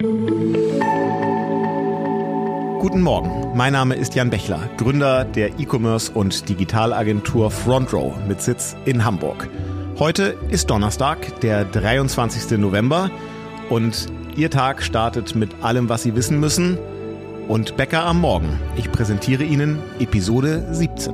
Guten Morgen, mein Name ist Jan Bechler, Gründer der E-Commerce- und Digitalagentur FrontRow mit Sitz in Hamburg. Heute ist Donnerstag, der 23. November und Ihr Tag startet mit allem, was Sie wissen müssen. Und Bäcker am Morgen. Ich präsentiere Ihnen Episode 17.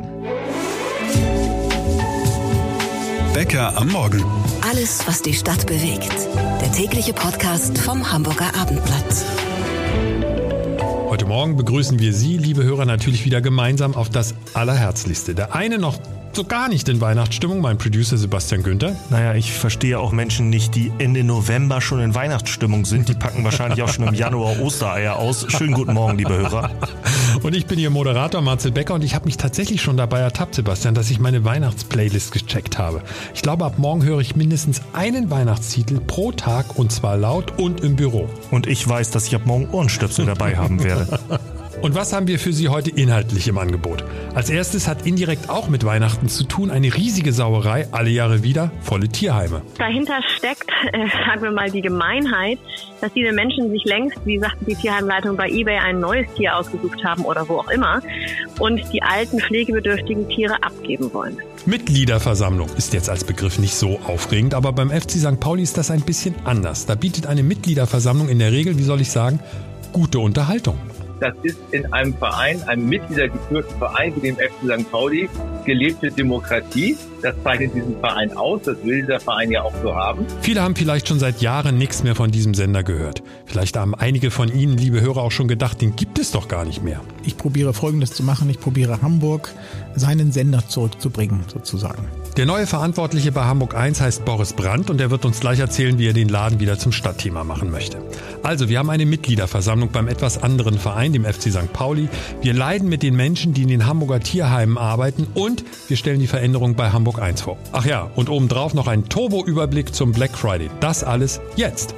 Bäcker am Morgen. Alles, was die Stadt bewegt. Der tägliche Podcast vom Hamburger Abendblatt. Heute Morgen begrüßen wir Sie, liebe Hörer, natürlich wieder gemeinsam auf das Allerherzlichste. Der eine noch so gar nicht in Weihnachtsstimmung, mein Producer Sebastian Günther. Naja, ich verstehe auch Menschen nicht, die Ende November schon in Weihnachtsstimmung sind. Die packen wahrscheinlich auch schon im Januar Ostereier aus. Schönen guten Morgen, liebe Hörer. Und ich bin Ihr Moderator Marcel Becker und ich habe mich tatsächlich schon dabei ertappt, Sebastian, dass ich meine Weihnachtsplaylist gecheckt habe. Ich glaube, ab morgen höre ich mindestens einen Weihnachtstitel pro Tag und zwar laut und im Büro. Und ich weiß, dass ich ab morgen Ohrenstöpsel dabei haben werde. Und was haben wir für Sie heute inhaltlich im Angebot? Als erstes hat indirekt auch mit Weihnachten zu tun eine riesige Sauerei, alle Jahre wieder, volle Tierheime. Dahinter steckt, sagen wir mal, die Gemeinheit, dass diese Menschen sich längst, wie sagten die Tierheimleitung, bei eBay ein neues Tier ausgesucht haben oder wo auch immer und die alten pflegebedürftigen Tiere abgeben wollen. Mitgliederversammlung ist jetzt als Begriff nicht so aufregend, aber beim FC St. Pauli ist das ein bisschen anders. Da bietet eine Mitgliederversammlung in der Regel, wie soll ich sagen, gute Unterhaltung. Das ist in einem Verein, einem mitgliedergeführten Verein wie dem FC St. Pauli, gelebte Demokratie. Das zeichnet diesen Verein aus, das will dieser Verein ja auch so haben. Viele haben vielleicht schon seit Jahren nichts mehr von diesem Sender gehört. Vielleicht haben einige von Ihnen, liebe Hörer, auch schon gedacht, den gibt es doch gar nicht mehr. Ich probiere Folgendes zu machen, ich probiere Hamburg seinen Sender zurückzubringen, sozusagen. Der neue Verantwortliche bei Hamburg 1 heißt Boris Brandt und er wird uns gleich erzählen, wie er den Laden wieder zum Stadtthema machen möchte. Also, wir haben eine Mitgliederversammlung beim etwas anderen Verein, dem FC St. Pauli. Wir leiden mit den Menschen, die in den Hamburger Tierheimen arbeiten und wir stellen die Veränderung bei Hamburg 1 vor. Ach ja, und obendrauf noch ein Turbo-Überblick zum Black Friday. Das alles jetzt.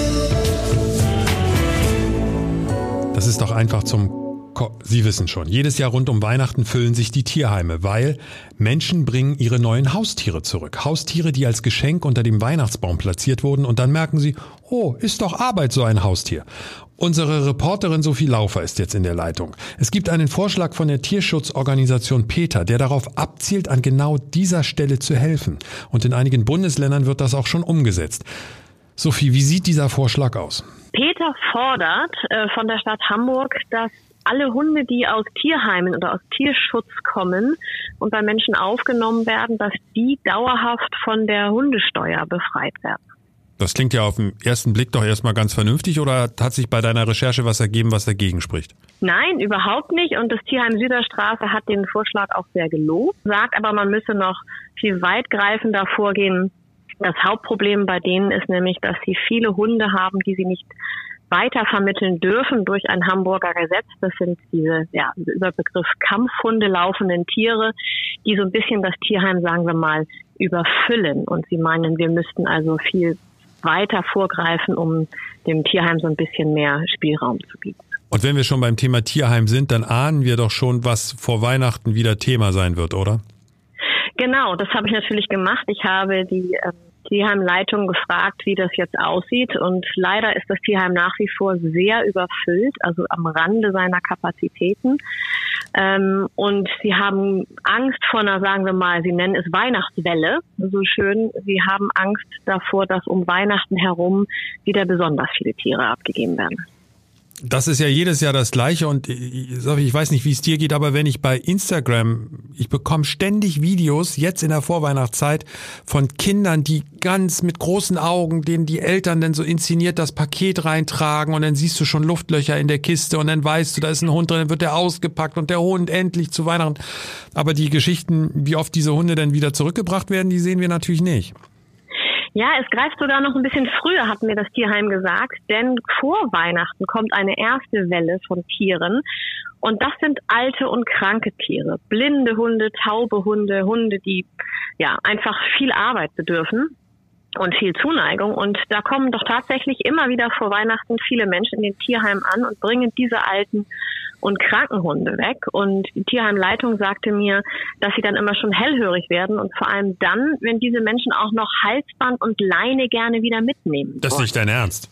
Das ist doch einfach Sie wissen schon, jedes Jahr rund um Weihnachten füllen sich die Tierheime, weil Menschen bringen ihre neuen Haustiere zurück. Haustiere, die als Geschenk unter dem Weihnachtsbaum platziert wurden und dann merken sie, oh, ist doch Arbeit so ein Haustier. Unsere Reporterin Sophie Laufer ist jetzt in der Leitung. Es gibt einen Vorschlag von der Tierschutzorganisation PETA, der darauf abzielt, an genau dieser Stelle zu helfen. Und in einigen Bundesländern wird das auch schon umgesetzt. Sophie, wie sieht dieser Vorschlag aus? PETA fordert von der Stadt Hamburg, dass alle Hunde, die aus Tierheimen oder aus Tierschutz kommen und bei Menschen aufgenommen werden, dass die dauerhaft von der Hundesteuer befreit werden. Das klingt ja auf den ersten Blick doch erstmal ganz vernünftig, oder hat sich bei deiner Recherche was ergeben, was dagegen spricht? Nein, überhaupt nicht. Und das Tierheim Süderstraße hat den Vorschlag auch sehr gelobt, sagt aber, man müsse noch viel weitgreifender vorgehen. Das Hauptproblem bei denen ist nämlich, dass sie viele Hunde haben, die sie nicht weitervermitteln dürfen durch ein Hamburger Gesetz. Das sind diese Überbegriff Kampfhunde laufenden Tiere, die so ein bisschen das Tierheim, sagen wir mal, überfüllen. Und sie meinen, wir müssten also viel weiter vorgreifen, um dem Tierheim so ein bisschen mehr Spielraum zu bieten. Und wenn wir schon beim Thema Tierheim sind, dann ahnen wir doch schon, was vor Weihnachten wieder Thema sein wird, oder? Genau, das habe ich natürlich gemacht. Ich habe die Tierheimleitung gefragt, wie das jetzt aussieht. Und leider ist das Tierheim nach wie vor sehr überfüllt, also am Rande seiner Kapazitäten. Und sie haben Angst vor einer, sagen wir mal, sie nennen es Weihnachtswelle, so schön. Sie haben Angst davor, dass um Weihnachten herum wieder besonders viele Tiere abgegeben werden. Das ist ja jedes Jahr das Gleiche und ich weiß nicht, wie es dir geht, aber wenn ich bei Instagram, ich bekomme ständig Videos, jetzt in der Vorweihnachtszeit, von Kindern, die ganz mit großen Augen, denen die Eltern dann so inszeniert das Paket reintragen und dann siehst du schon Luftlöcher in der Kiste und dann weißt du, da ist ein Hund drin, dann wird der ausgepackt und der Hund endlich zu Weihnachten. Aber die Geschichten, wie oft diese Hunde dann wieder zurückgebracht werden, die sehen wir natürlich nicht. Ja, es greift sogar noch ein bisschen früher, hat mir das Tierheim gesagt, denn vor Weihnachten kommt eine erste Welle von Tieren und das sind alte und kranke Tiere, blinde Hunde, taube Hunde, Hunde, die ja einfach viel Arbeit bedürfen und viel Zuneigung und da kommen doch tatsächlich immer wieder vor Weihnachten viele Menschen in den Tierheimen an und bringen diese alten und Krankenhunde weg. Und die Tierheimleitung sagte mir, dass sie dann immer schon hellhörig werden und vor allem dann, wenn diese Menschen auch noch Halsband und Leine gerne wieder mitnehmen. Das ist nicht dein Ernst?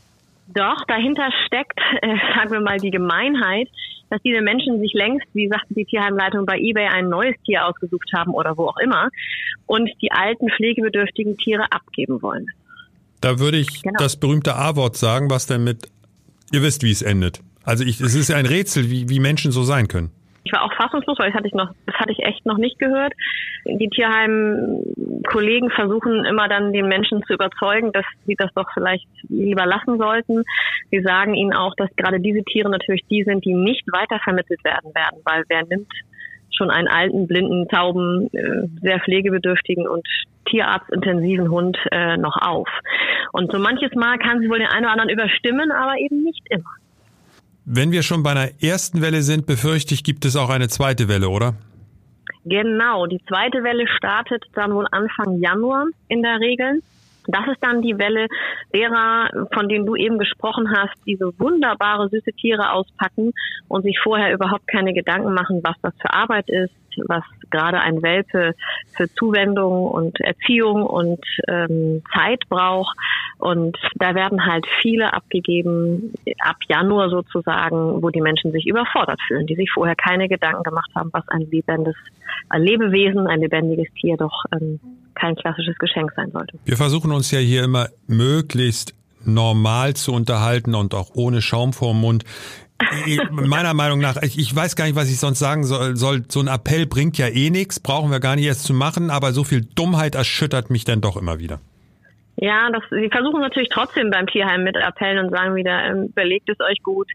Doch, dahinter steckt, sagen wir mal, die Gemeinheit, dass diese Menschen sich längst, wie sagte die Tierheimleitung, bei eBay ein neues Tier ausgesucht haben oder wo auch immer und die alten pflegebedürftigen Tiere abgeben wollen. Da würde ich das berühmte A-Wort sagen, was denn mit, ihr wisst, wie es endet. Also es ist ja ein Rätsel, wie Menschen so sein können. Ich war auch fassungslos, weil das hatte ich echt noch nicht gehört. Die Tierheim-Kollegen versuchen immer dann den Menschen zu überzeugen, dass sie das doch vielleicht lieber lassen sollten. Sie sagen ihnen auch, dass gerade diese Tiere natürlich die sind, die nicht weitervermittelt werden, weil wer nimmt schon einen alten, blinden, tauben, sehr pflegebedürftigen und tierarztintensiven Hund noch auf. Und so manches Mal kann sie wohl den einen oder anderen überstimmen, aber eben nicht immer. Wenn wir schon bei einer ersten Welle sind, befürchte ich, gibt es auch eine zweite Welle, oder? Genau, die zweite Welle startet dann wohl Anfang Januar in der Regel. Das ist dann die Welle derer, von denen du eben gesprochen hast, die so wunderbare, süße Tiere auspacken und sich vorher überhaupt keine Gedanken machen, was das für Arbeit ist, was gerade ein Welpe für Zuwendung und Erziehung und Zeit braucht. Und da werden halt viele abgegeben, ab Januar sozusagen, wo die Menschen sich überfordert fühlen, die sich vorher keine Gedanken gemacht haben, was ein Lebewesen, ein lebendiges Tier doch kein klassisches Geschenk sein sollte. Wir versuchen uns ja hier immer möglichst normal zu unterhalten und auch ohne Schaum vorm Mund. Meiner Meinung nach, ich weiß gar nicht, was ich sonst sagen soll. So ein Appell bringt ja eh nichts, brauchen wir gar nicht erst zu machen, aber so viel Dummheit erschüttert mich dann doch immer wieder. Ja, sie versuchen natürlich trotzdem beim Tierheim mit Appellen und sagen wieder, überlegt es euch gut,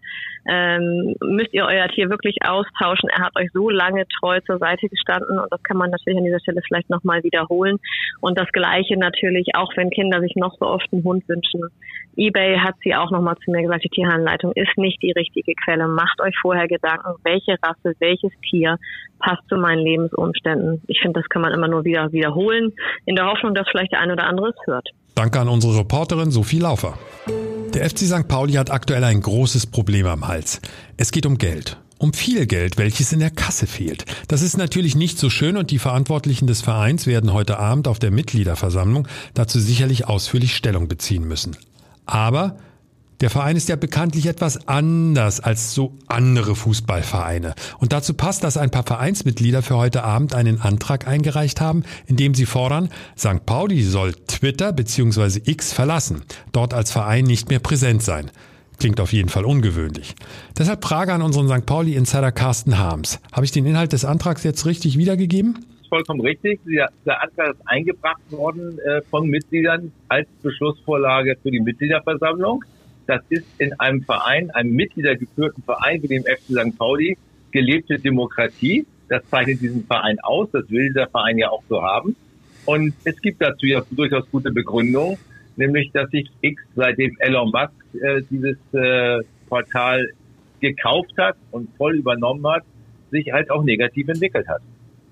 müsst ihr euer Tier wirklich austauschen. Er hat euch so lange treu zur Seite gestanden und das kann man natürlich an dieser Stelle vielleicht nochmal wiederholen. Und das Gleiche natürlich, auch wenn Kinder sich noch so oft einen Hund wünschen. eBay hat sie auch nochmal zu mir gesagt, die Tierheimleitung ist nicht die richtige Quelle. Macht euch vorher Gedanken, welche Rasse, welches Tier passt zu meinen Lebensumständen. Ich finde, das kann man immer nur wieder wiederholen, in der Hoffnung, dass vielleicht der ein oder andere es hört. Danke an unsere Reporterin Sophie Laufer. Der FC St. Pauli hat aktuell ein großes Problem am Hals. Es geht um Geld. Um viel Geld, welches in der Kasse fehlt. Das ist natürlich nicht so schön und die Verantwortlichen des Vereins werden heute Abend auf der Mitgliederversammlung dazu sicherlich ausführlich Stellung beziehen müssen. Aber der Verein ist ja bekanntlich etwas anders als so andere Fußballvereine. Und dazu passt, dass ein paar Vereinsmitglieder für heute Abend einen Antrag eingereicht haben, in dem sie fordern, St. Pauli soll Twitter bzw. X verlassen, dort als Verein nicht mehr präsent sein. Klingt auf jeden Fall ungewöhnlich. Deshalb Frage an unseren St. Pauli-Insider Carsten Harms. Habe ich den Inhalt des Antrags jetzt richtig wiedergegeben? Vollkommen richtig. Der Antrag ist eingebracht worden von Mitgliedern als Beschlussvorlage für die Mitgliederversammlung. Das ist in einem Verein, einem mitgliedergeführten Verein wie dem FC St. Pauli, gelebte Demokratie. Das zeichnet diesen Verein aus. Das will dieser Verein ja auch so haben. Und es gibt dazu ja durchaus gute Begründungen, nämlich, dass sich X, seitdem Elon Musk dieses Portal gekauft hat und voll übernommen hat, sich halt auch negativ entwickelt hat.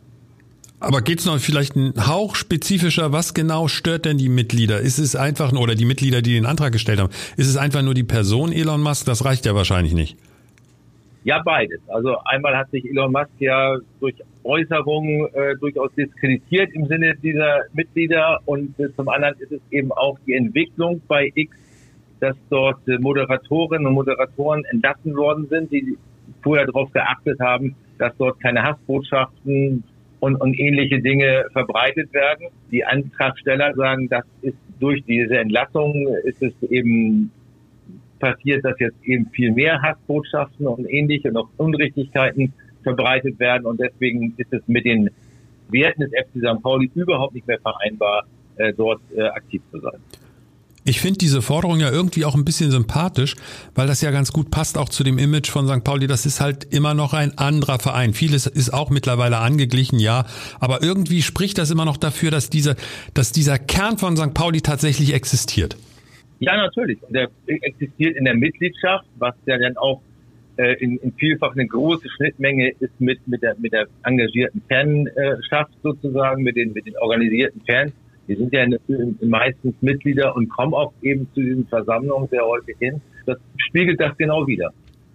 Aber geht's noch vielleicht einen Hauch spezifischer? Was genau stört denn die Mitglieder? Ist es einfach, oder die Mitglieder, die den Antrag gestellt haben, ist es einfach nur die Person Elon Musk? Das reicht ja wahrscheinlich nicht. Ja, beides. Also einmal hat sich Elon Musk ja durch Äußerungen durchaus diskreditiert im Sinne dieser Mitglieder und zum anderen ist es eben auch die Entwicklung bei X, dass dort Moderatorinnen und Moderatoren entlassen worden sind, die vorher darauf geachtet haben, dass dort keine Hassbotschaften und ähnliche Dinge verbreitet werden. Die Antragsteller sagen, das ist durch diese Entlassung ist es eben passiert, dass jetzt eben viel mehr Hassbotschaften und ähnliche und auch Unrichtigkeiten verbreitet werden und deswegen ist es mit den Werten des FC St. Pauli überhaupt nicht mehr vereinbar, dort aktiv zu sein. Ich finde diese Forderung ja irgendwie auch ein bisschen sympathisch, weil das ja ganz gut passt auch zu dem Image von St. Pauli. Das ist halt immer noch ein anderer Verein. Vieles ist auch mittlerweile angeglichen, ja. Aber irgendwie spricht das immer noch dafür, dass dieser Kern von St. Pauli tatsächlich existiert. Ja, natürlich. Und der existiert in der Mitgliedschaft, was ja dann auch in vielfach eine große Schnittmenge ist mit der engagierten Fanschaft sozusagen, mit den organisierten Fans. Die sind ja meistens Mitglieder und kommen auch eben zu diesen Versammlungen sehr häufig hin. Das spiegelt das genau wider.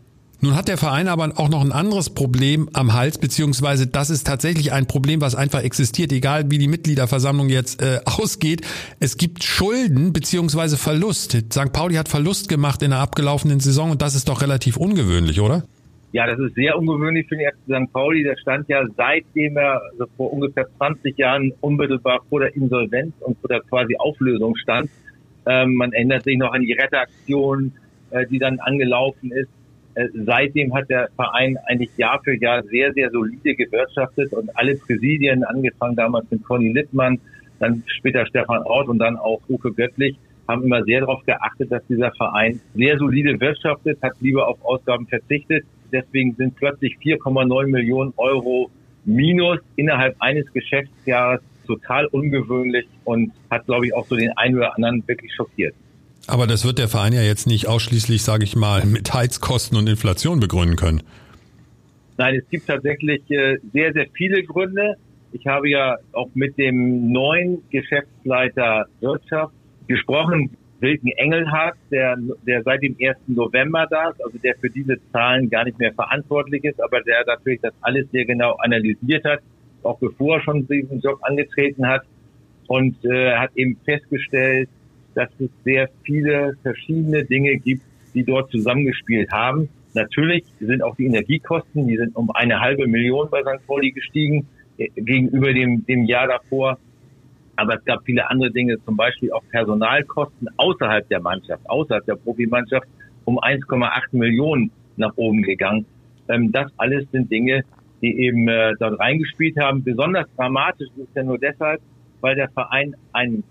Nun hat der Verein aber auch noch ein anderes Problem am Hals, beziehungsweise das ist tatsächlich ein Problem, was einfach existiert, egal wie die Mitgliederversammlung jetzt ausgeht. Es gibt Schulden beziehungsweise Verlust. St. Pauli hat Verlust gemacht in der abgelaufenen Saison und das ist doch relativ ungewöhnlich, oder? Ja, das ist sehr ungewöhnlich für den FC St. Pauli. Der stand ja seitdem er vor ungefähr 20 Jahren unmittelbar vor der Insolvenz und vor der quasi Auflösung stand. Man erinnert sich noch an die Retteraktion, die dann angelaufen ist. Seitdem hat der Verein eigentlich Jahr für Jahr sehr, sehr solide gewirtschaftet und alle Präsidien, angefangen damals mit Conny Littmann, dann später Stefan Ort und dann auch Uwe Göttlich, haben immer sehr darauf geachtet, dass dieser Verein sehr solide wirtschaftet, hat lieber auf Ausgaben verzichtet. Deswegen sind plötzlich 4,9 Millionen Euro Minus innerhalb eines Geschäftsjahres total ungewöhnlich und hat, glaube ich, auch so den einen oder anderen wirklich schockiert. Aber das wird der Verein ja jetzt nicht ausschließlich, sage ich mal, mit Heizkosten und Inflation begründen können. Nein, es gibt tatsächlich sehr, sehr viele Gründe. Ich habe ja auch mit dem neuen Geschäftsleiter Wirtschaft gesprochen, Wilken Engelhardt, der seit dem 1. November da ist, also der für diese Zahlen gar nicht mehr verantwortlich ist, aber der natürlich das alles sehr genau analysiert hat, auch bevor er schon diesen Job angetreten hat und hat eben festgestellt, dass es sehr viele verschiedene Dinge gibt, die dort zusammengespielt haben. Natürlich sind auch die Energiekosten, die sind um 1,5 Million bei St. Pauli gestiegen gegenüber dem Jahr davor. Aber es gab viele andere Dinge, zum Beispiel auch Personalkosten außerhalb der Mannschaft, außerhalb der Profimannschaft, um 1,8 Millionen nach oben gegangen. Das alles sind Dinge, die eben dort reingespielt haben. Besonders dramatisch ist es ja nur deshalb, weil der Verein einen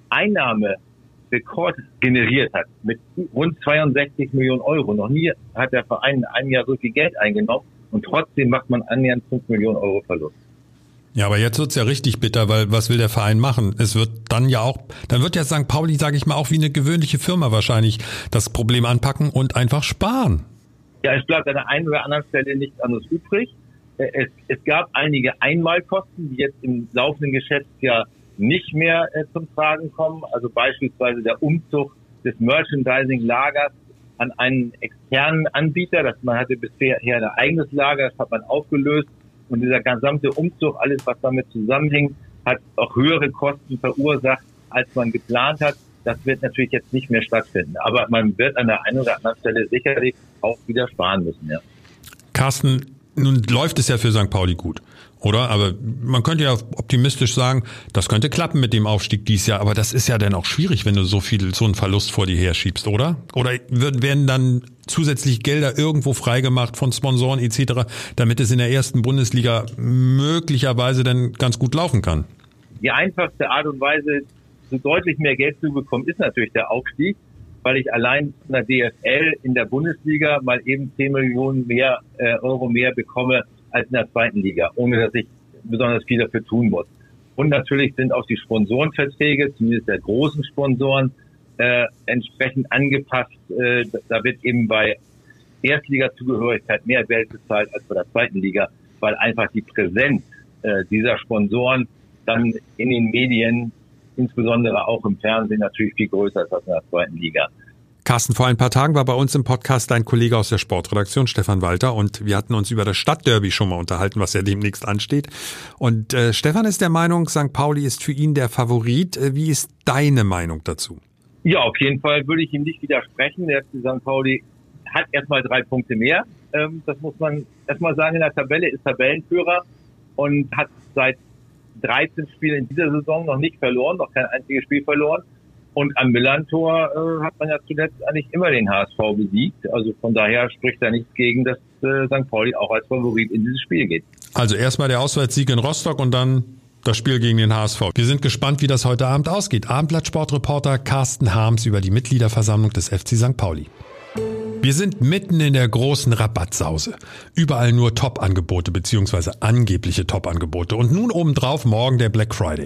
Einnahmerekord generiert hat mit rund 62 Millionen Euro. Noch nie hat der Verein in einem Jahr so viel Geld eingenommen und trotzdem macht man annähernd 5 Millionen Euro Verlust. Ja, aber jetzt wird's ja richtig bitter, weil was will der Verein machen? Es wird dann wird ja St. Pauli, sage ich mal, auch wie eine gewöhnliche Firma wahrscheinlich das Problem anpacken und einfach sparen. Ja, es bleibt an der einen oder anderen Stelle nichts anderes übrig. Es gab einige Einmalkosten, die jetzt im laufenden Geschäftsjahr nicht mehr zum Tragen kommen. Also beispielsweise der Umzug des Merchandising-Lagers an einen externen Anbieter. Man hatte bisher ein eigenes Lager, das hat man aufgelöst. Und dieser gesamte Umzug, alles was damit zusammenhängt, hat auch höhere Kosten verursacht, als man geplant hat. Das wird natürlich jetzt nicht mehr stattfinden. Aber man wird an der einen oder anderen Stelle sicherlich auch wieder sparen müssen, ja. Carsten, nun läuft es ja für St. Pauli gut, oder? Aber man könnte ja optimistisch sagen, das könnte klappen mit dem Aufstieg dieses Jahr. Aber das ist ja dann auch schwierig, wenn du so einen Verlust vor dir herschiebst, oder? Oder werden dann zusätzliche Gelder irgendwo freigemacht von Sponsoren etc., damit es in der ersten Bundesliga möglicherweise dann ganz gut laufen kann? Die einfachste Art und Weise, so deutlich mehr Geld zu bekommen, ist natürlich der Aufstieg, weil ich allein von der DFL in der Bundesliga mal eben 10 Millionen Euro mehr bekomme als in der zweiten Liga, ohne dass ich besonders viel dafür tun muss. Und natürlich sind auch die Sponsorenverträge, zumindest der großen Sponsoren, entsprechend angepasst. Da wird eben bei Erstliga-Zugehörigkeit mehr Geld bezahlt als bei der zweiten Liga, weil einfach die Präsenz dieser Sponsoren dann in den Medien, insbesondere auch im Fernsehen, natürlich viel größer ist als in der zweiten Liga. Carsten, vor ein paar Tagen war bei uns im Podcast dein Kollege aus der Sportredaktion, Stefan Walter, und wir hatten uns über das Stadtderby schon mal unterhalten, was ja demnächst ansteht. Und Stefan ist der Meinung, St. Pauli ist für ihn der Favorit. Wie ist deine Meinung dazu? Ja, auf jeden Fall würde ich ihm nicht widersprechen. Der FC St. Pauli hat erstmal 3 Punkte mehr. Das muss man erstmal sagen, in der Tabelle ist Tabellenführer und hat seit 13 Spielen in dieser Saison noch nicht verloren, noch kein einziges Spiel verloren. Und am Millantor hat man ja zuletzt eigentlich immer den HSV besiegt. Also von daher spricht da nichts gegen, dass St. Pauli auch als Favorit in dieses Spiel geht. Also erstmal der Auswärtssieg in Rostock und dann das Spiel gegen den HSV. Wir sind gespannt, wie das heute Abend ausgeht. Abendblatt-Sportreporter Carsten Harms über die Mitgliederversammlung des FC St. Pauli. Wir sind mitten in der großen Rabattsause. Überall nur Top-Angebote bzw. angebliche Top-Angebote. Und nun obendrauf morgen der Black Friday.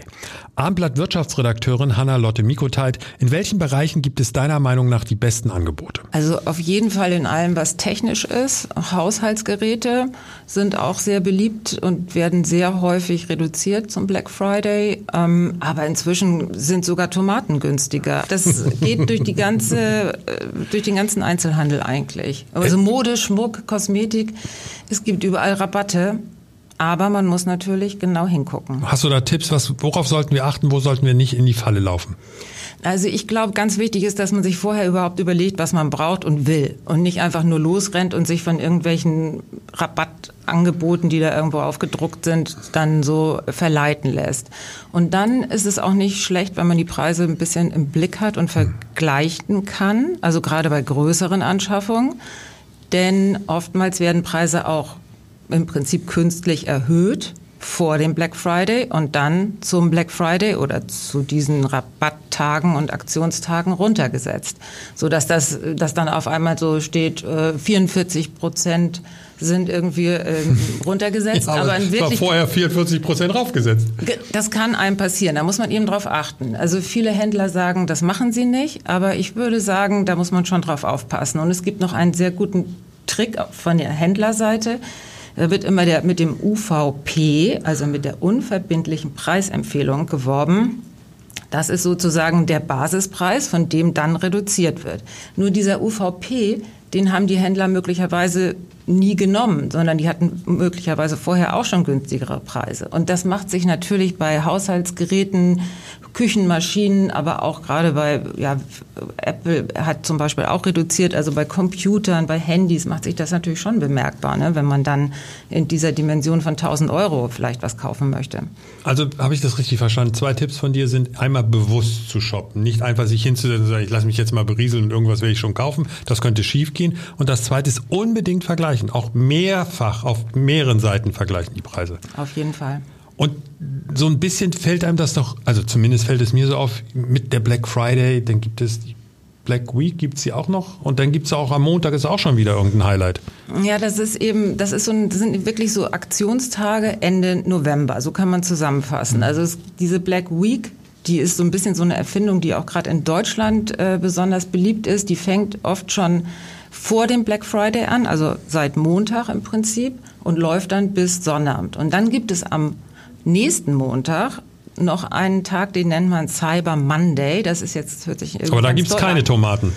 Abendblatt-Wirtschaftsredakteurin Hanna-Lotte Mikoteit, in welchen Bereichen gibt es deiner Meinung nach die besten Angebote? Also auf jeden Fall in allem, was technisch ist. Haushaltsgeräte sind auch sehr beliebt und werden sehr häufig reduziert zum Black Friday. Aber inzwischen sind sogar Tomaten günstiger. Das geht durch den ganzen Einzelhandel eigentlich. Also Mode, Schmuck, Kosmetik, es gibt überall Rabatte. Aber man muss natürlich genau hingucken. Hast du da Tipps, worauf sollten wir achten, wo sollten wir nicht in die Falle laufen? Also ich glaube, ganz wichtig ist, dass man sich vorher überhaupt überlegt, was man braucht und will. Und nicht einfach nur losrennt und sich von irgendwelchen Rabattangeboten, die da irgendwo aufgedruckt sind, dann so verleiten lässt. Und dann ist es auch nicht schlecht, wenn man die Preise ein bisschen im Blick hat und vergleichen kann. Also gerade bei größeren Anschaffungen. Denn oftmals werden Preise auch im Prinzip künstlich erhöht vor dem Black Friday und dann zum Black Friday oder zu diesen Rabatttagen und Aktionstagen runtergesetzt, sodass das dann auf einmal so steht, 44% sind irgendwie runtergesetzt. Ja, aber in war vorher 44% raufgesetzt. Das kann einem passieren, da muss man eben drauf achten. Also viele Händler sagen, das machen sie nicht, aber ich würde sagen, da muss man schon drauf aufpassen. Und es gibt noch einen sehr guten Trick von der Händlerseite. Da wird immer mit dem UVP, also mit der unverbindlichen Preisempfehlung geworben. Das ist sozusagen der Basispreis, von dem dann reduziert wird. Nur dieser UVP, den haben die Händler möglicherweise nie genommen, sondern die hatten möglicherweise vorher auch schon günstigere Preise. Und das macht sich natürlich bei Haushaltsgeräten, Küchenmaschinen, aber auch gerade bei, Apple hat zum Beispiel auch reduziert, also bei Computern, bei Handys macht sich das natürlich schon bemerkbar, ne, wenn man dann in dieser Dimension von 1.000 € vielleicht was kaufen möchte. Also habe ich das richtig verstanden? 2 Tipps von dir sind, einmal bewusst zu shoppen, nicht einfach sich hinzusetzen und sagen, ich lasse mich jetzt mal berieseln und irgendwas werde ich schon kaufen, das könnte schief gehen. Und das Zweite ist unbedingt vergleichen, auch mehrfach auf mehreren Seiten vergleichen die Preise. Auf jeden Fall. Und so ein bisschen fällt einem das doch, also zumindest fällt es mir so auf, mit der Black Friday, dann gibt es die Black Week, gibt es sie auch noch und dann gibt es auch am Montag ist auch schon wieder irgendein Highlight. Ja, das sind wirklich so Aktionstage Ende November, so kann man zusammenfassen. Also diese Black Week, die ist so ein bisschen so eine Erfindung, die auch gerade in Deutschland besonders beliebt ist. Die fängt oft schon vor dem Black Friday an, also seit Montag im Prinzip und läuft dann bis Sonnabend. Und dann gibt es am nächsten Montag noch einen Tag, den nennt man Cyber Monday. Das ist jetzt, hört sich irgendwie aber da gibt's keine Tomaten.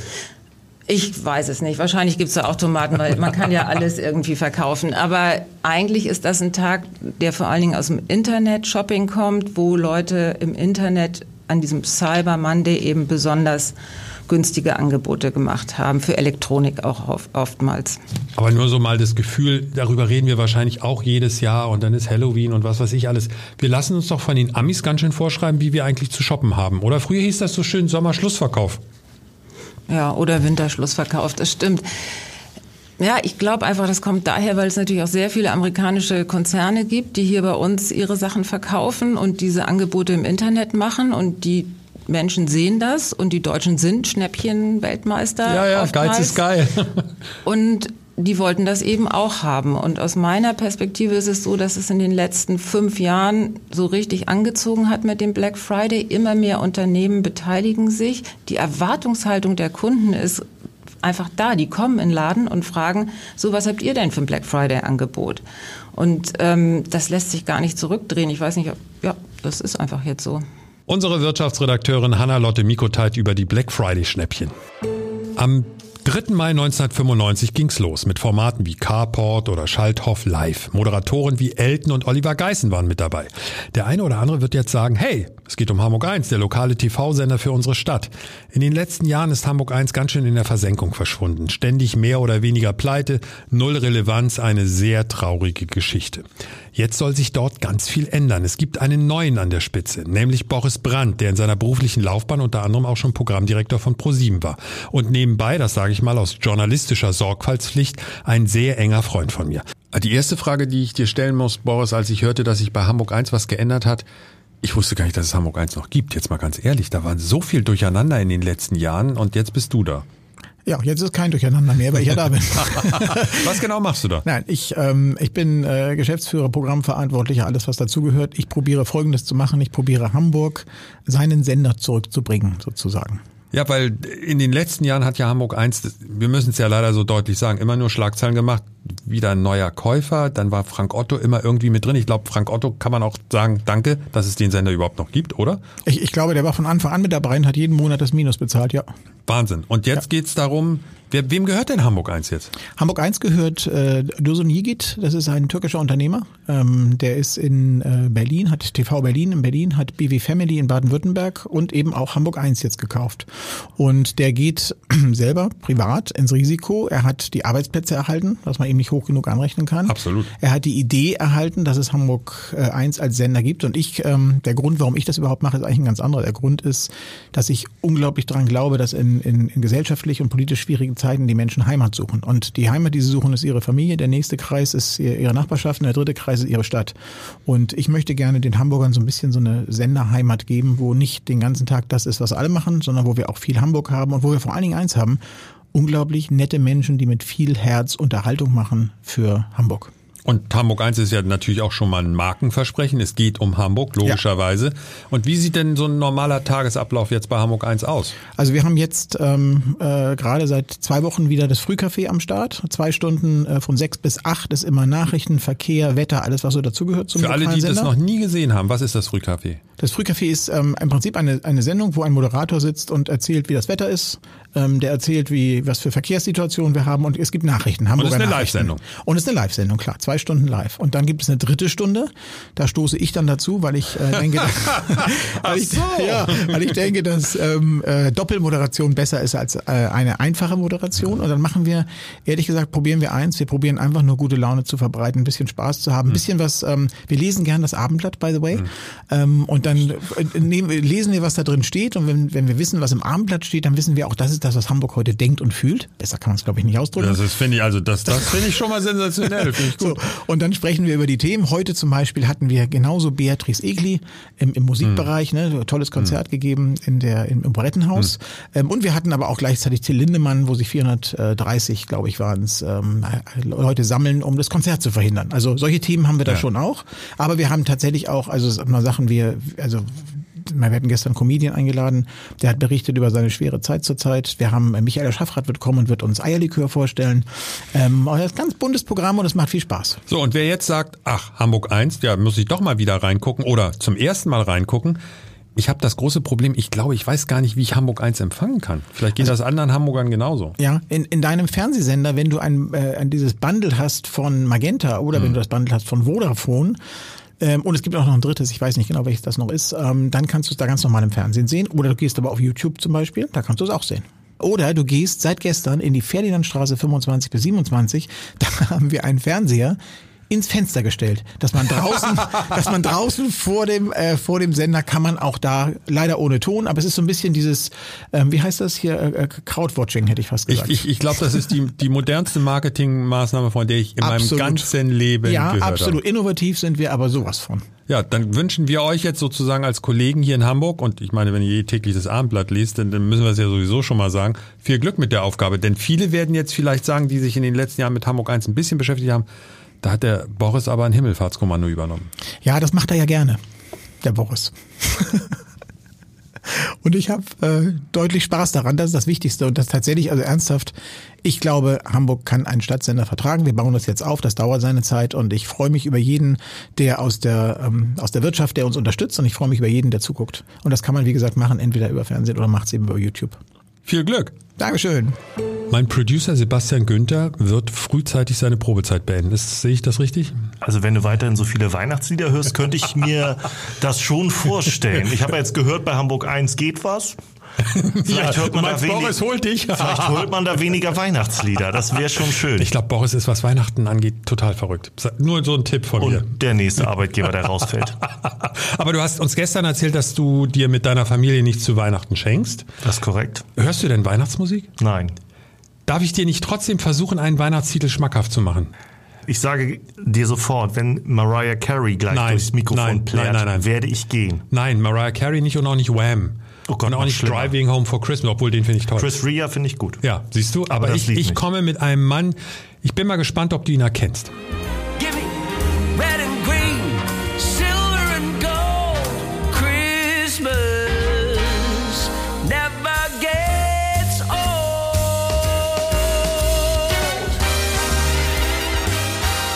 Ich weiß es nicht. Wahrscheinlich gibt's da auch Tomaten, weil man kann ja alles irgendwie verkaufen. Aber eigentlich ist das ein Tag, der vor allen Dingen aus dem Internet-Shopping kommt, wo Leute im Internet an diesem Cyber Monday eben besonders günstige Angebote gemacht haben, für Elektronik auch oftmals. Aber nur so mal das Gefühl, darüber reden wir wahrscheinlich auch jedes Jahr und dann ist Halloween und was weiß ich alles. Wir lassen uns doch von den Amis ganz schön vorschreiben, wie wir eigentlich zu shoppen haben. Oder früher hieß das so schön Sommerschlussverkauf. Ja, oder Winterschlussverkauf, das stimmt. Ja, ich glaube einfach, das kommt daher, weil es natürlich auch sehr viele amerikanische Konzerne gibt, die hier bei uns ihre Sachen verkaufen und diese Angebote im Internet machen und die Menschen sehen das und die Deutschen sind Schnäppchen-Weltmeister. Ja, Geiz ist geil. Und die wollten das eben auch haben. Und aus meiner Perspektive ist es so, dass es in den letzten 5 Jahren so richtig angezogen hat mit dem Black Friday. Immer mehr Unternehmen beteiligen sich. Die Erwartungshaltung der Kunden ist einfach da. Die kommen in den Laden und fragen, so, was habt ihr denn für ein Black Friday-Angebot? Und das lässt sich gar nicht zurückdrehen. Ich weiß nicht, das ist einfach jetzt so. Unsere Wirtschaftsredakteurin Hannah-Lotte Mikoteit über die Black Friday-Schnäppchen. Am 3. Mai 1995 ging's los mit Formaten wie Carport oder Schalthoff Live. Moderatoren wie Elton und Oliver Geißen waren mit dabei. Der eine oder andere wird jetzt sagen, hey, es geht um Hamburg 1, der lokale TV-Sender für unsere Stadt. In den letzten Jahren ist Hamburg 1 ganz schön in der Versenkung verschwunden. Ständig mehr oder weniger Pleite, null Relevanz, eine sehr traurige Geschichte. Jetzt soll sich dort ganz viel ändern. Es gibt einen neuen an der Spitze, nämlich Boris Brandt, der in seiner beruflichen Laufbahn unter anderem auch schon Programmdirektor von ProSieben war. Und nebenbei, das sage ich mal aus journalistischer Sorgfaltspflicht, ein sehr enger Freund von mir. Die erste Frage, die ich dir stellen muss, Boris, als ich hörte, dass sich bei Hamburg 1 was geändert hat, ich wusste gar nicht, dass es Hamburg 1 noch gibt. Jetzt mal ganz ehrlich, da war so viel Durcheinander in den letzten Jahren und jetzt bist du da. Ja, jetzt ist kein Durcheinander mehr, weil ich ja da bin. Was genau machst du da? Nein, ich bin Geschäftsführer, Programmverantwortlicher, alles was dazugehört. Ich probiere Folgendes zu machen. Ich probiere Hamburg seinen Sender zurückzubringen, sozusagen. Ja, weil in den letzten Jahren hat ja Hamburg 1, wir müssen es ja leider so deutlich sagen, immer nur Schlagzeilen gemacht. wieder ein neuer Käufer. Dann war Frank Otto immer irgendwie mit drin. Ich glaube, Frank Otto kann man auch sagen, danke, dass es den Sender überhaupt noch gibt, oder? Ich glaube, der war von Anfang an mit dabei und hat jeden Monat das Minus bezahlt, ja. Wahnsinn. Und jetzt geht's darum, wem gehört denn Hamburg 1 jetzt? Hamburg 1 gehört Dursun Yiğit, das ist ein türkischer Unternehmer. Der ist in Berlin, hat TV Berlin in Berlin, hat BW Family in Baden-Württemberg und eben auch Hamburg 1 jetzt gekauft. Und der geht selber privat ins Risiko. Er hat die Arbeitsplätze erhalten, was man eben nicht hoch genug anrechnen kann. Absolut. Er hat die Idee erhalten, dass es Hamburg 1 als Sender gibt. Und der Grund, warum ich das überhaupt mache, ist eigentlich ein ganz anderer. Der Grund ist, dass ich unglaublich daran glaube, dass in gesellschaftlich und politisch schwierigen Zeiten die Menschen Heimat suchen. Und die Heimat, die sie suchen, ist ihre Familie. Der nächste Kreis ist ihre Nachbarschaft und der dritte Kreis ist ihre Stadt. Und ich möchte gerne den Hamburgern so ein bisschen so eine Senderheimat geben, wo nicht den ganzen Tag das ist, was alle machen, sondern wo wir auch viel Hamburg haben und wo wir vor allen Dingen eins haben, unglaublich nette Menschen, die mit viel Herz Unterhaltung machen für Hamburg. Und Hamburg 1 ist ja natürlich auch schon mal ein Markenversprechen. Es geht um Hamburg, logischerweise. Ja. Und wie sieht denn so ein normaler Tagesablauf jetzt bei Hamburg 1 aus? Also wir haben jetzt gerade seit 2 Wochen wieder das Frühcafé am Start. 2 Stunden von 6 bis 8 ist immer Nachrichten, Verkehr, Wetter, alles was so dazugehört zum lokalen Sender. Für alle, die das noch nie gesehen haben, was ist das Frühcafé? Das Frühcafé ist im Prinzip eine Sendung, wo ein Moderator sitzt und erzählt, wie das Wetter ist. Der erzählt, was für Verkehrssituationen wir haben und es gibt Nachrichten. Hamburger und es ist eine Live-Sendung. Und es ist eine Live-Sendung, klar. 2 Stunden live. Und dann gibt es eine 3. Stunde. Da stoße ich dann dazu, weil ich denke, weil ich denke, dass Doppelmoderation besser ist als eine einfache Moderation. Und dann machen wir, ehrlich gesagt, probieren wir eins. Wir probieren einfach nur gute Laune zu verbreiten, ein bisschen Spaß zu haben, ein bisschen was. Wir lesen gern das Abendblatt, by the way. Und dann lesen wir, was da drin steht. Und wenn wir wissen, was im Abendblatt steht, dann wissen wir auch, das ist das, was Hamburg heute denkt und fühlt. Besser kann man es, glaube ich, nicht ausdrücken. Das finde ich schon mal sensationell. Finde ich gut. So, und dann sprechen wir über die Themen. Heute zum Beispiel hatten wir genauso Beatrice Egli im Musikbereich, tolles Konzert gegeben im Operettenhaus. Und wir hatten aber auch gleichzeitig Till Lindemann, wo sich 430, glaube ich, waren es, Leute sammeln, um das Konzert zu verhindern. Also solche Themen haben wir da schon auch. Aber wir haben tatsächlich auch, Sachen wir hatten gestern einen Comedian eingeladen, der hat berichtet über seine schwere Zeit zurzeit. Wir haben Michael Schaffrath wird kommen und wird uns Eierlikör vorstellen. Das ist ein ganz buntes Programm und es macht viel Spaß. So, und wer jetzt sagt, Hamburg 1, muss ich doch mal wieder reingucken oder zum ersten Mal reingucken. Ich habe das große Problem, ich weiß gar nicht, wie ich Hamburg 1 empfangen kann. Vielleicht geht das anderen Hamburgern genauso. Ja, in deinem Fernsehsender, wenn du dieses Bundle hast von Magenta oder wenn du das Bundle hast von Vodafone, und es gibt auch noch ein drittes, ich weiß nicht genau, welches das noch ist, dann kannst du es da ganz normal im Fernsehen sehen. Oder du gehst aber auf YouTube zum Beispiel, da kannst du es auch sehen. Oder du gehst seit gestern in die Ferdinandstraße 25 bis 27, da haben wir einen Fernseher ins Fenster gestellt, dass man draußen vor dem Sender kann man auch da, leider ohne Ton, aber es ist so ein bisschen dieses, wie heißt das hier, Crowdwatching, hätte ich fast gesagt. Ich glaube, das ist die modernste Marketingmaßnahme, von der ich in meinem ganzen Leben gehört habe. Ja, absolut. Innovativ sind wir aber sowas von. Ja, dann wünschen wir euch jetzt sozusagen als Kollegen hier in Hamburg, und ich meine, wenn ihr täglich das Abendblatt liest, dann müssen wir es ja sowieso schon mal sagen, viel Glück mit der Aufgabe, denn viele werden jetzt vielleicht sagen, die sich in den letzten Jahren mit Hamburg 1 ein bisschen beschäftigt haben, da hat der Boris aber ein Himmelfahrtskommando übernommen. Ja, das macht er ja gerne, der Boris. Und ich habe deutlich Spaß daran, das ist das Wichtigste. Und das tatsächlich, also ernsthaft, ich glaube, Hamburg kann einen Stadtsender vertragen. Wir bauen das jetzt auf, das dauert seine Zeit. Und ich freue mich über jeden, der aus der Wirtschaft, der uns unterstützt. Und ich freue mich über jeden, der zuguckt. Und das kann man, wie gesagt, machen, entweder über Fernsehen oder macht es eben über YouTube. Viel Glück. Dankeschön. Mein Producer Sebastian Günther wird frühzeitig seine Probezeit beenden. Sehe ich das richtig? Also wenn du weiterhin so viele Weihnachtslieder hörst, könnte ich mir das schon vorstellen. Ich habe jetzt gehört, bei Hamburg 1 geht was. Vielleicht hört man Boris holt dich. Vielleicht holt man da weniger Weihnachtslieder. Das wäre schon schön. Ich glaube, Boris ist, was Weihnachten angeht, total verrückt. Nur so ein Tipp von mir. Und der nächste Arbeitgeber, der rausfällt. Aber du hast uns gestern erzählt, dass du dir mit deiner Familie nichts zu Weihnachten schenkst. Das ist korrekt. Hörst du denn Weihnachtsmusik? Nein. Darf ich dir nicht trotzdem versuchen, einen Weihnachtstitel schmackhaft zu machen? Ich sage dir sofort, wenn Mariah Carey gleich durchs Mikrofon plärt, werde ich gehen. Nein, Mariah Carey nicht und auch nicht Wham. Oh Gott, und auch nicht Driving Home for Christmas, obwohl den finde ich toll. Chris Rea finde ich gut. Ja, siehst du, aber ich komme mit einem Mann, ich bin mal gespannt, ob du ihn erkennst. Give me red and green, silver and gold, Christmas never gets old.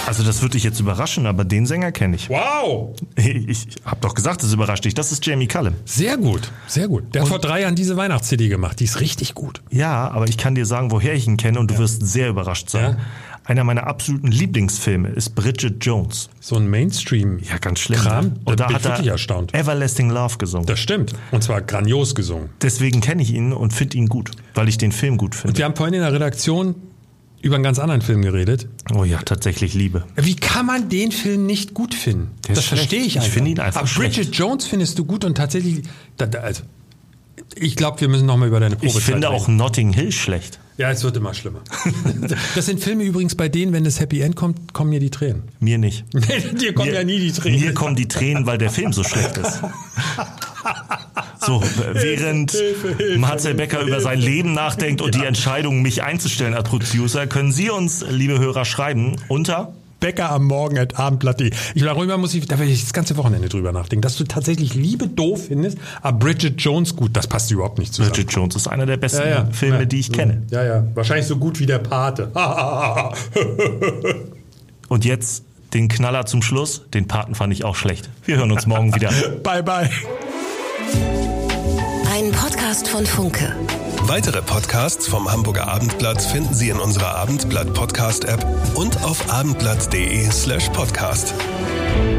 Also das würde dich jetzt überraschen, aber den Sänger kenne ich. Wow! Ich habe doch gesagt, es überrascht dich. Das ist Jamie Cullum. Sehr gut, sehr gut. Der hat vor 3 Jahren diese Weihnachts-CD gemacht. Die ist richtig gut. Ja, aber ich kann dir sagen, woher ich ihn kenne und du wirst sehr überrascht sein. Ja? Einer meiner absoluten Lieblingsfilme ist Bridget Jones. So ein Mainstream. Ja, ganz schlimm. Kram. Ne? Und da bin hat ich wirklich er erstaunt. Everlasting Love gesungen. Das stimmt. Und zwar grandios gesungen. Deswegen kenne ich ihn und finde ihn gut, weil ich den Film gut finde. Und wir haben vorhin in der Redaktion über einen ganz anderen Film geredet. Oh ja, tatsächlich Liebe. Wie kann man den Film nicht gut finden? Der ist Das verstehe schlecht. ich einfach. Ich finde ihn einfach Aber schlecht. Bridget Jones findest du gut und tatsächlich, also ich glaube, wir müssen nochmal über deine Probezeit Ich finde reden. auch Notting Hill schlecht. Ja, es wird immer schlimmer. Das sind Filme übrigens, bei denen, wenn das Happy End kommt, kommen mir die Tränen. Mir nicht. Dir kommen ja nie die Tränen. Mir kommen die Tränen, weil der Film so schlecht ist. So, während Marcel Becker über sein Leben nachdenkt und die Entscheidung, mich einzustellen als Producer, können Sie uns, liebe Hörer, schreiben unter Beckeramorgen@abendblatt.de. Darüber da werde ich das ganze Wochenende drüber nachdenken, dass du tatsächlich Liebe doof findest, aber Bridget Jones gut, das passt überhaupt nicht zusammen. Bridget Jones ist einer der besten Filme, die ich kenne. Ja, wahrscheinlich so gut wie der Pate. Und jetzt den Knaller zum Schluss, den Paten fand ich auch schlecht. Wir hören uns morgen wieder. Bye, bye. Ein Podcast von Funke. Weitere Podcasts vom Hamburger Abendblatt finden Sie in unserer Abendblatt Podcast App und auf abendblatt.de/podcast.